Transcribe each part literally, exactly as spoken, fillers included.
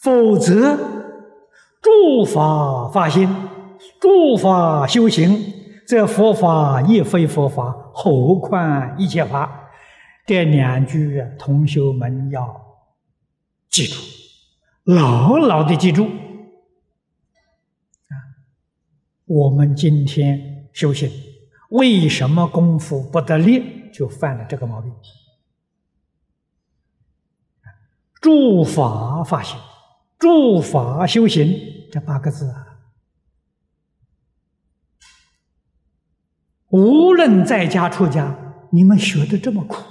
否则诸法发心，诸法修行，这佛法亦非佛法，何况一切法？这两句同学们要记住，牢牢的记住。啊，我们今天修行，为什么功夫不得力，就犯了这个毛病。诸法发心，诸法修行，这八个字啊，无论在家出家，你们学得这么苦，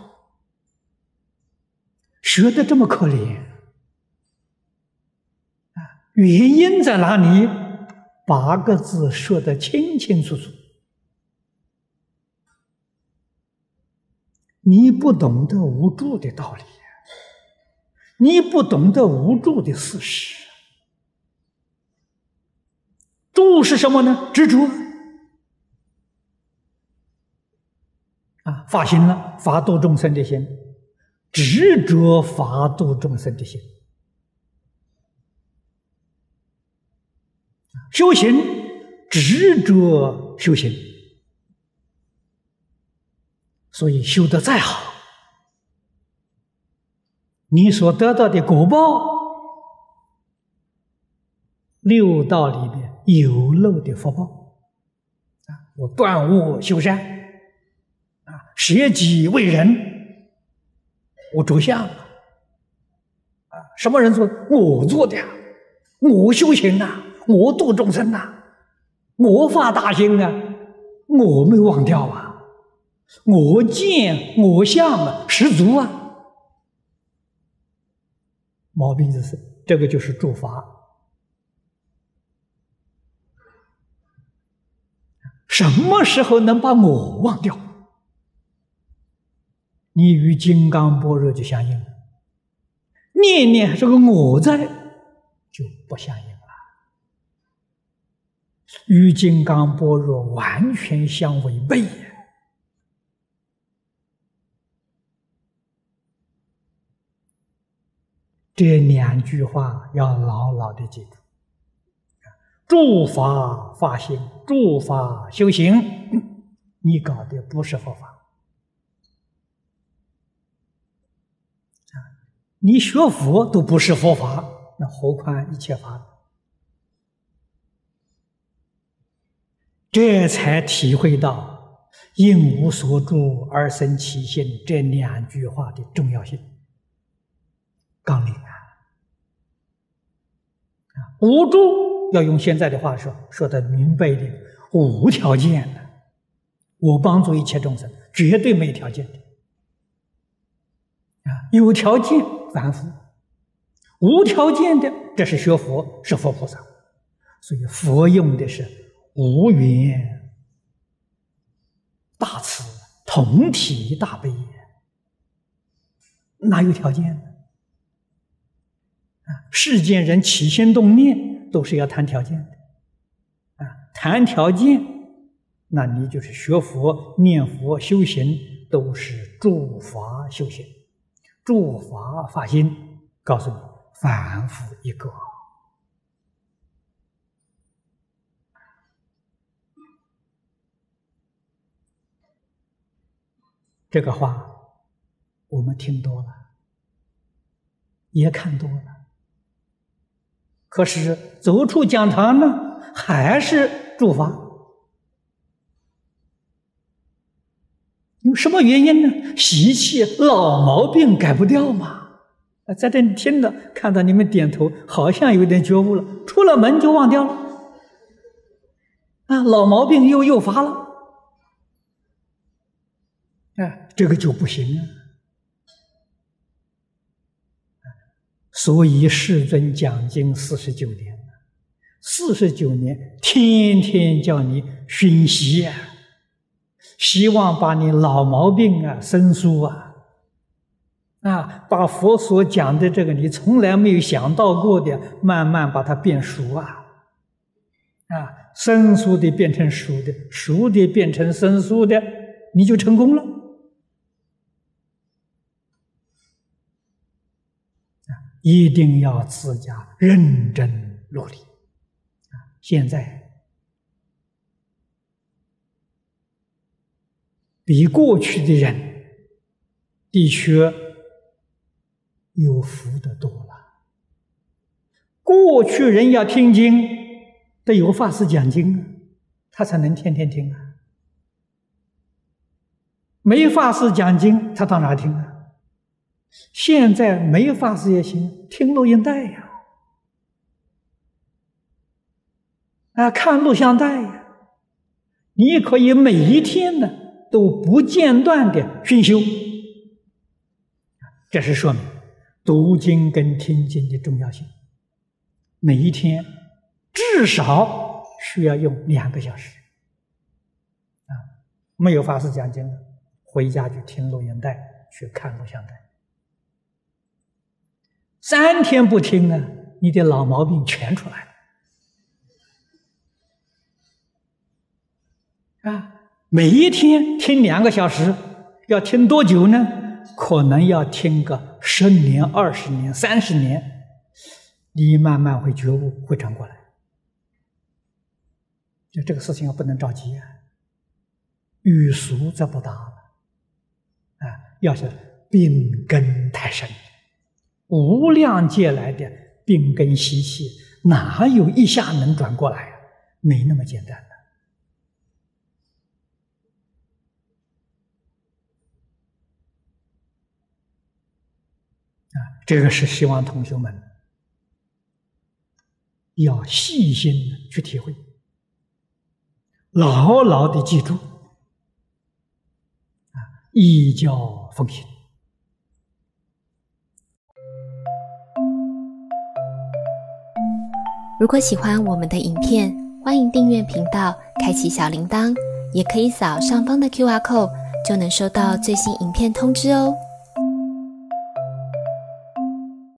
学得这么可怜啊，原因在哪里？八个字说得清清楚楚。你不懂得无助的道理，你不懂得无助的事实。助是什么呢？执着啊，发心了，法度众生的心，执着法度众生的心。修行，执着修行。所以修得再好，你所得到的果报，六道里面有漏的福报啊！我断恶修善啊，舍己为人，我着相啊！什么人说我做的啊？我修行啊，我度众生啊，我发大心啊，我没忘掉啊！我见我相啊，十足啊！毛病就是这个，就是诸法。什么时候能把我忘掉？你与金刚般若就相应了。念念这个我在，就不相应了。与金刚般若完全相违背。这两句话要牢牢的记住：诸法发心，诸法修行，你搞的不是佛法。你学佛都不是佛法，那何况一切法？这才体会到“应无所住而生其心”这两句话的重要性。纲领啊！无助要用现在的话说，说得明白一点，无条件的，我帮助一切众生，绝对没条件的。啊，有条件凡夫，无条件的，这是学佛，是佛菩萨。所以佛用的是无缘大慈，同体大悲，哪有条件呢？世间人起心动念都是要谈条件的，啊，谈条件，那你就是学佛、念佛、修行，都是诸法修行，诸法发心。告诉你，凡夫一个。这个话我们听多了，也看多了。可是走出讲堂呢，还是诸法。有什么原因呢？习气、老毛病改不掉嘛。在这里听着，看到你们点头，好像有点觉悟了，出了门就忘掉了。啊，老毛病又诱发了。哎，这个就不行啊。所以世尊讲经四十九年了，四十九年天天叫你熏习啊，希望把你老毛病啊、生疏啊，啊，把佛所讲的这个你从来没有想到过的，慢慢把它变熟啊，啊，生疏的变成熟的，熟的变成生疏的，你就成功了。 一定要自家认真努力。现在比过去的人的确有福的多了。过去人要听经，得有法师讲经啊，他才能天天听啊。没法师讲经，他到哪听啊？现在没法师也行，听录音带呀，啊，看录像带呀，你可以每一天呢都不间断的熏修。这是说明读经跟听经的重要性。每一天至少需要用两个小时啊，没有法师讲经了，回家去听录音带，去看录像带。三天不听呢，你的老毛病全出来了啊！每一天听两个小时，要听多久呢？可能要听个十年、二十年、三十年，你慢慢会觉悟，会转过来。就这个事情不能着急啊，欲速则不达了啊！要是病根太深，无量劫来的病根习气，哪有一下能转过来啊？没那么简单的啊！这个是希望同学们要细心的去体会，牢牢的记住啊，依教奉行。 如果喜欢我们的影片，欢迎订阅频道，开启小铃铛，也可以扫上方的 Q R code， 就能收到最新影片通知哦。